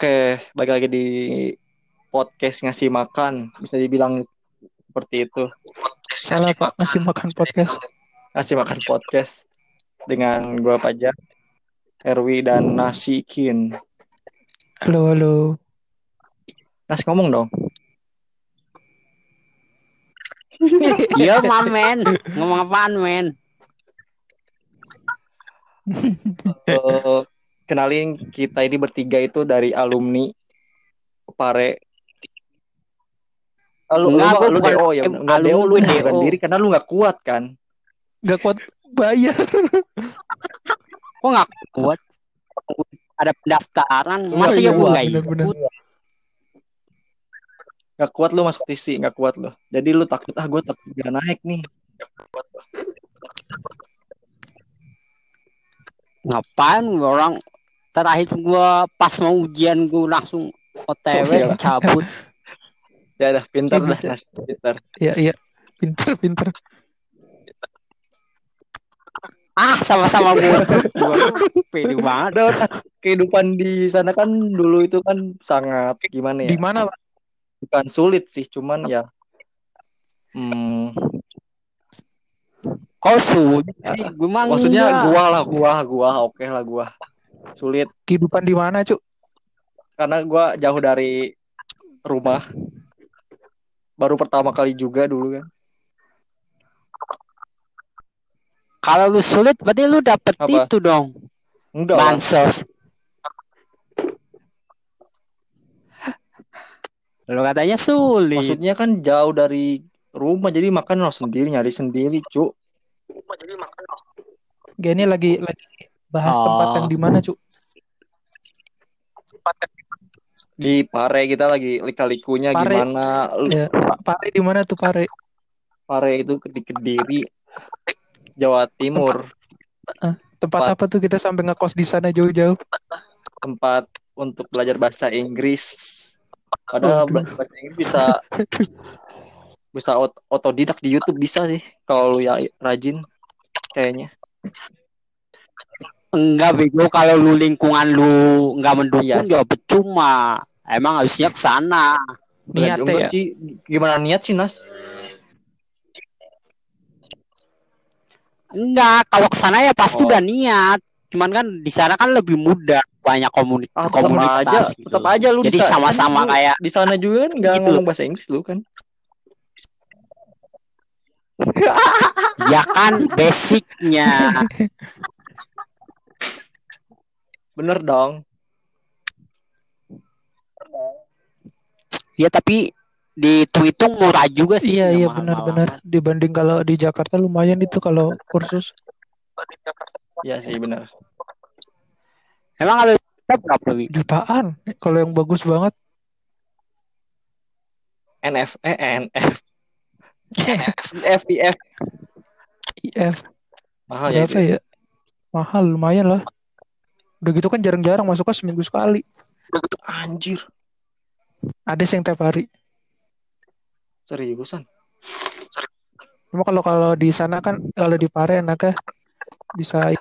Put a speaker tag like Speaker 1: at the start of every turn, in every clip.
Speaker 1: Oke, balik lagi di podcast ngasih makan, bisa dibilang seperti itu.
Speaker 2: Salah Pak, ngasih makan podcast.
Speaker 1: Ngasih makan podcast dengan gua Fajar, Erwi dan Nasikin.
Speaker 2: Halo, halo.
Speaker 1: Nas ngomong dong.
Speaker 3: Iya, men. Ngomong apaan, men?
Speaker 1: Kenalin, kita ini bertiga itu dari alumni Pare.
Speaker 3: Enggak, gue
Speaker 1: Lu
Speaker 3: bukan
Speaker 1: DO ya, enggak DO, lu
Speaker 3: alumni,
Speaker 1: mengundurkan
Speaker 3: DO.
Speaker 1: diri karena lu nggak kuat kan?
Speaker 2: Gak kuat bayar.
Speaker 3: Kok nggak kuat? Ada pendaftaran.
Speaker 1: Lu
Speaker 3: Masa
Speaker 1: nggak
Speaker 3: ya gue
Speaker 1: kuat.
Speaker 3: nggak
Speaker 2: Bener-bener.
Speaker 3: ikut?
Speaker 1: Nggak kuat lu masuk TC, nggak kuat lu. Jadi lu takut, gue takut gak naik nih.
Speaker 3: Ngapain orang terakhir gue pas mau ujian gue langsung OTW
Speaker 1: Iyalah.
Speaker 3: cabut.
Speaker 1: Ya udah, pintar
Speaker 2: Iya,
Speaker 1: dah,
Speaker 2: bisa.
Speaker 1: Nas, pintar.
Speaker 2: Iya. Pinter.
Speaker 3: Sama-sama gue pede banget.
Speaker 1: Udah, kehidupan di sana kan dulu itu kan sangat gimana
Speaker 2: Di
Speaker 1: ya?
Speaker 2: mana, Pak?
Speaker 1: Bukan sulit sih, cuman ya
Speaker 3: Kok sulit sih? Gue mah
Speaker 1: maksudnya
Speaker 3: enggak.
Speaker 1: gua oke lah gua. Sulit
Speaker 2: Kehidupan di mana, Cuk?
Speaker 1: karena gua jauh dari rumah. Baru pertama kali juga dulu kan.
Speaker 3: Kalau lu sulit berarti lu dapet
Speaker 1: Apa?
Speaker 3: itu dong.
Speaker 1: Enggak lah.
Speaker 3: Bansos. Lu katanya sulit.
Speaker 1: Maksudnya kan jauh dari rumah, jadi makan harus sendiri, nyari sendiri, Cuk.
Speaker 2: Gak, ini lagi bahas tempat yang di mana, Cuk?
Speaker 1: Di Pare kita lagi lika-likunya
Speaker 2: Pare.
Speaker 1: gimana.
Speaker 2: Ya, Pare di mana tuh Pare?
Speaker 1: Pare itu di Kediri, Jawa Timur.
Speaker 2: Tempat apa tuh kita sampai ngekos di sana jauh-jauh?
Speaker 1: Tempat untuk belajar bahasa Inggris. Padahal bahasa Inggris bisa otodidak di YouTube bisa sih kalau lu ya rajin kayaknya.
Speaker 3: Enggak bego, kalau lu lingkungan lu nggak mendukung
Speaker 1: Iya.
Speaker 3: ya percuma. Emang harusnya ke sana.
Speaker 2: Niatnya ya.
Speaker 1: Sih, gimana niat sih, Nas?
Speaker 3: Enggak, kalau ke sana ya pasti udah niat. Cuman kan di sana kan lebih mudah, banyak komunitas gitu.
Speaker 1: Tetap aja lu
Speaker 3: jadi sama-sama
Speaker 1: kan,
Speaker 3: kayak
Speaker 1: di sana juga kan nggak
Speaker 3: gitu.
Speaker 1: ngomong bahasa Inggris lu kan.
Speaker 3: Ya kan basicnya.
Speaker 1: Bener dong.
Speaker 3: Ya tapi dihitung murah juga sih.
Speaker 2: Iya benar-benar. Dibanding kalau di Jakarta lumayan itu kalau kursus.
Speaker 1: Iya sih benar.
Speaker 3: Emang ada berapa Wi?
Speaker 2: Jutaan kalau yang bagus banget.
Speaker 1: NF.
Speaker 2: IF.
Speaker 1: Mahal ya
Speaker 2: Berapa
Speaker 1: itu.
Speaker 2: ya? Mahal lumayan lah. Udah gitu kan jarang-jarang masuknya seminggu sekali.
Speaker 1: Anjir.
Speaker 2: Ada sih yang tiap hari.
Speaker 1: Seriusan.
Speaker 2: Cuma kalau di sana kan kalau di Pare enaknya bisa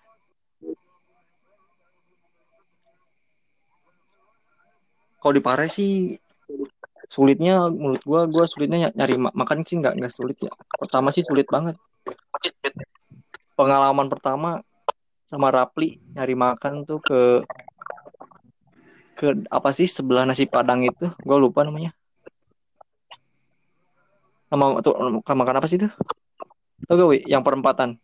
Speaker 1: Kalau di Pare sih sulitnya menurut gua sulitnya nyari makan sih nggak sulit ya. Pertama sih sulit banget. Pengalaman pertama sama Rapli nyari makan tuh ke apa sih sebelah nasi Padang itu, gua lupa namanya. Nama tuh makan apa sih itu? Tahu gak, Wi? Yang perempatan.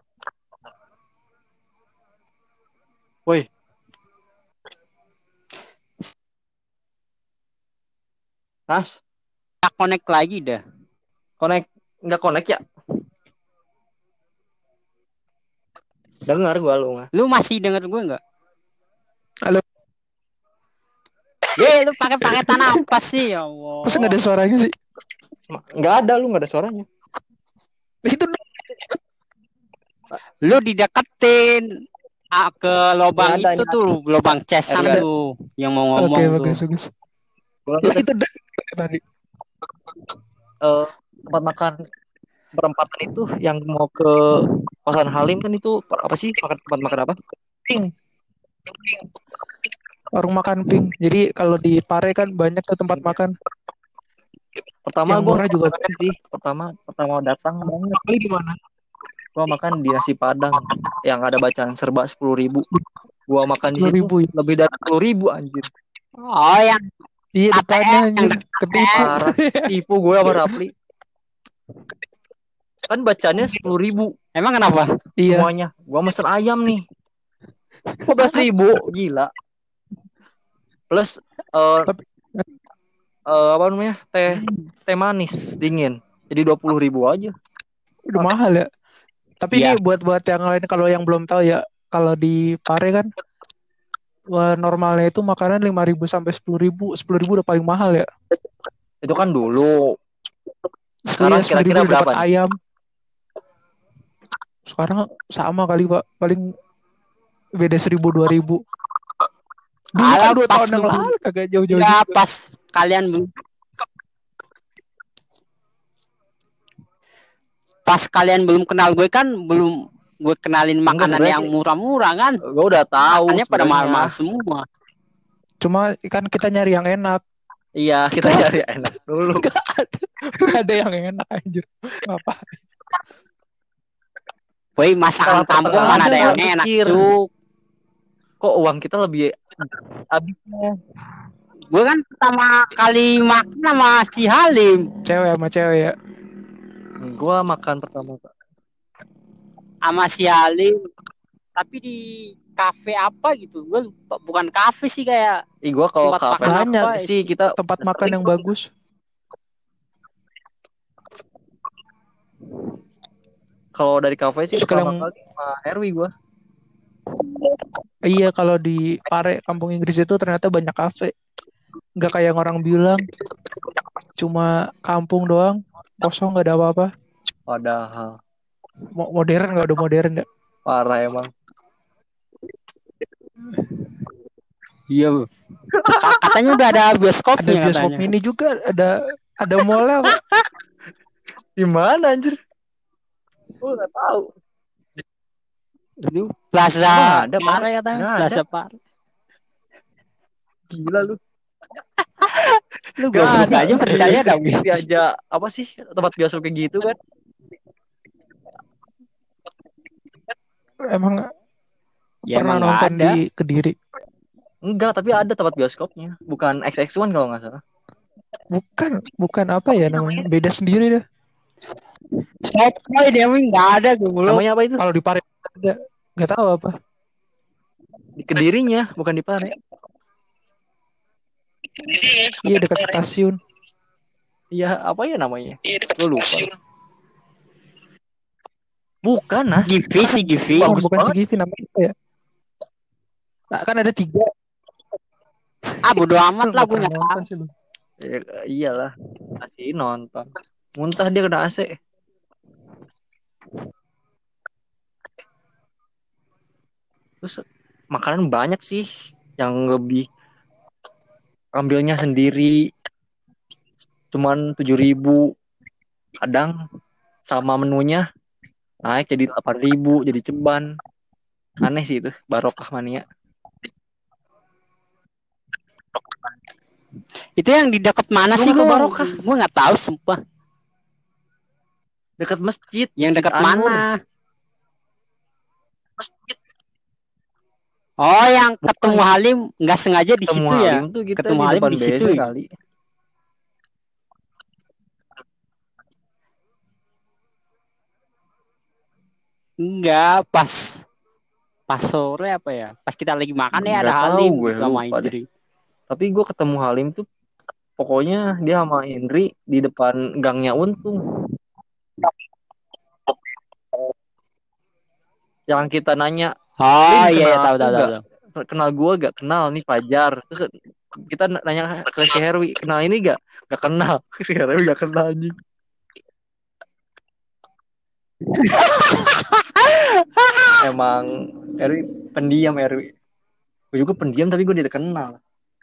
Speaker 1: Woi. Nas,
Speaker 3: Connect lagi dah.
Speaker 1: Nggak connect ya? Dengar gua lu mah.
Speaker 3: Lu masih denger gue nggak?
Speaker 2: Halo.
Speaker 3: Lu pakai paketan apa sih ya Allah?
Speaker 2: Masa nggak ada suaranya sih?
Speaker 1: Nggak ada, lu nggak ada suaranya.
Speaker 2: Itu
Speaker 3: lu dideketin ke lubang
Speaker 1: Nggak ada,
Speaker 3: itu tuh, lubang cesan
Speaker 1: Nggak ada.
Speaker 3: tuh yang mau ngomong
Speaker 2: Oke,
Speaker 3: tuh.
Speaker 2: bagus.
Speaker 1: Gua
Speaker 2: Itu tadi.
Speaker 1: Tempat makan perempatan itu yang mau ke Kosan Halim kan itu apa sih tempat makan apa? Pink.
Speaker 2: warung makan Pink. Jadi kalau di Pare kan banyak tuh tempat makan.
Speaker 1: Pertama
Speaker 2: Yang
Speaker 1: gue
Speaker 2: murah juga
Speaker 1: makan sih. Pertama datang banget.
Speaker 2: kali di mana?
Speaker 1: Gue makan di nasi Padang yang ada bacaan serba 10.000. Gue makan di
Speaker 2: 10
Speaker 1: situ
Speaker 2: ribu ya.
Speaker 1: lebih dari 10.000 anjir.
Speaker 3: Oh, yang
Speaker 2: Iya depannya
Speaker 3: ATM, yang
Speaker 2: anjir. Ketipu.
Speaker 1: Parah. Tipu gue sama Rapli. Kan bacanya 10.000
Speaker 3: emang kenapa?
Speaker 2: Iya.
Speaker 1: semuanya. Gue mesen ayam nih. 15.000 gila. Plus
Speaker 2: Tapi
Speaker 1: apa namanya teh manis dingin. Jadi 20.000 aja.
Speaker 2: udah mahal ya. Tapi ini
Speaker 3: Iya.
Speaker 2: buat yang lain kalau yang belum tahu ya, kalau di Pare kan normalnya itu makanan 5.000 sampai 10.000. 10.000 udah paling mahal ya.
Speaker 1: Itu kan dulu.
Speaker 2: Sekarang
Speaker 1: Sekarang
Speaker 2: 10.000
Speaker 1: kira-kira
Speaker 2: udah dapat
Speaker 1: berapa nih?
Speaker 2: ayam. Sekarang sama kali Pak, paling beda 1.000 2.000. Dulu kan
Speaker 3: Alah,
Speaker 2: 2 tahun yang lalu kagak jauh-jauh
Speaker 3: ya
Speaker 2: juga.
Speaker 3: pas kalian belum kenal gue kan belum gue kenalin
Speaker 1: Enggak,
Speaker 3: makanan yang
Speaker 1: sebenarnya
Speaker 3: murah-murah kan.
Speaker 1: gue udah tahu
Speaker 3: Makannya pada
Speaker 1: sebenarnya.
Speaker 3: mahal-mahal semua.
Speaker 2: Cuma kan kita nyari yang enak.
Speaker 1: Iya, kita cari enak dulu.
Speaker 2: Gak ada yang enak anjir. Apa?
Speaker 3: Woi, masakan
Speaker 1: Salah
Speaker 3: kampung mana ada yang enak,
Speaker 1: pikir.
Speaker 3: Cuk.
Speaker 1: Kok uang kita lebih habisnya?
Speaker 3: Gue kan pertama kali makan sama si Halim.
Speaker 2: Cewek sama cewek ya.
Speaker 1: Gue makan pertama Pak.
Speaker 3: Sama si Halim. Tapi di kafe apa gitu. Gue lupa. Bukan kafe sih, kayak
Speaker 1: Gue kalau
Speaker 3: tempat
Speaker 1: kafe
Speaker 3: makan
Speaker 2: banyak
Speaker 3: apa
Speaker 1: sih kita
Speaker 2: tempat makan yang bagus.
Speaker 1: Kalau dari kafe sih pertama
Speaker 2: Kalau
Speaker 1: kali sama Erwi gue.
Speaker 2: iya kalau di Pare kampung Inggris itu ternyata banyak kafe. Nggak kayak yang orang bilang cuma kampung doang kosong nggak ada apa-apa.
Speaker 1: Padahal
Speaker 2: Modern nggak udah modern ya.
Speaker 1: parah emang.
Speaker 3: Iya. Katanya udah ada bioskopnya
Speaker 2: Ada bioskop
Speaker 3: katanya.
Speaker 2: mini juga, ada mallnya Pak.
Speaker 1: Gimana anjir? Gue nggak tahu.
Speaker 3: Itu Plaza
Speaker 1: Emang ada,
Speaker 3: Pare
Speaker 1: Pak?
Speaker 3: katanya.
Speaker 1: Nggak
Speaker 3: Plaza
Speaker 1: ada.
Speaker 3: Pare.
Speaker 1: Gila lu.
Speaker 3: Lu goblok aja percaya dong.
Speaker 1: Diajak apa sih tempat bioskop kayak gitu kan?
Speaker 2: Emang
Speaker 3: Ya
Speaker 2: pernah
Speaker 3: emang nggak
Speaker 2: nonton
Speaker 3: ada.
Speaker 2: di Kediri?
Speaker 1: Enggak, tapi ada tempat bioskopnya. Bukan XX1 kalau nggak salah.
Speaker 2: Bukan apa ya namanya? Beda sendiri dah.
Speaker 3: Sotoy Dewi nggak ada goblok.
Speaker 1: Namanya apa itu?
Speaker 2: Kalau di Pare ada, nggak tahu apa.
Speaker 1: Di Kedirinya, bukan di Pare.
Speaker 2: Iya dekat stasiun.
Speaker 1: Iya, apa ya namanya? Gue lupa. Bukan, Nas.
Speaker 3: Givi sih Givi.
Speaker 1: Bagus
Speaker 2: Bukan
Speaker 1: banget.
Speaker 2: CGV namanya apa ya? Nah, kan ada 3.
Speaker 3: Ah bodo amat lah, gue
Speaker 2: Pernah
Speaker 3: nggak
Speaker 2: nonton
Speaker 3: tahu.
Speaker 2: sih lu.
Speaker 1: Ya, iyalah, masih nonton. Muntah dia kena AC. Terus makanan banyak sih yang lebih ambilnya sendiri. Cuman 7.000. Kadang sama menunya naik jadi 8.000, jadi ceban. Aneh sih itu, barokah mania.
Speaker 3: Itu yang di dekat mana
Speaker 1: Lu
Speaker 3: sih
Speaker 1: nggak tahu
Speaker 3: gue?
Speaker 1: Barokah?
Speaker 3: Gue nggak tahu sumpah.
Speaker 1: Dekat masjid.
Speaker 3: Yang
Speaker 1: Masjid
Speaker 3: dekat
Speaker 1: Anur.
Speaker 3: mana? Oh, yang
Speaker 1: Bukan.
Speaker 3: ketemu Halim nggak sengaja di
Speaker 1: Ketemu
Speaker 3: situ ya?
Speaker 1: Halim tuh kita
Speaker 3: Ketemu
Speaker 1: di
Speaker 3: Halim
Speaker 1: depan
Speaker 3: di situ
Speaker 1: BC
Speaker 3: ya?
Speaker 1: kali.
Speaker 3: Enggak, pas sore apa ya? Pas kita lagi makan ya ada
Speaker 1: Nggak tahu
Speaker 3: Halim
Speaker 1: gue,
Speaker 3: sama
Speaker 1: lupa deh.
Speaker 3: Indri.
Speaker 1: Tapi gue ketemu Halim tuh pokoknya dia sama Indri di depan gangnya Untung. Yang kita nanya,
Speaker 3: Oh
Speaker 1: Lin,
Speaker 3: iya,
Speaker 1: kenal
Speaker 3: tahu
Speaker 1: aku
Speaker 3: tahu tahu.
Speaker 1: gak? Kenal gue gak? Kenal nih Fajar. Terus kita nanya ke si Herwi, kenal ini gak? Gak kenal. Si Herwi gak kenal anjing. Emang Herwi pendiam Herwi. Gue juga pendiam tapi gue tidak kenal.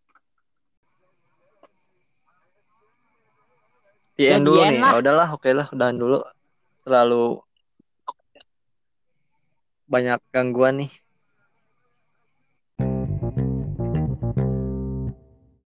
Speaker 1: Di-end dulu nih. Ya udahlah, oke lah, udahan dulu. Terlalu banyak gangguan nih.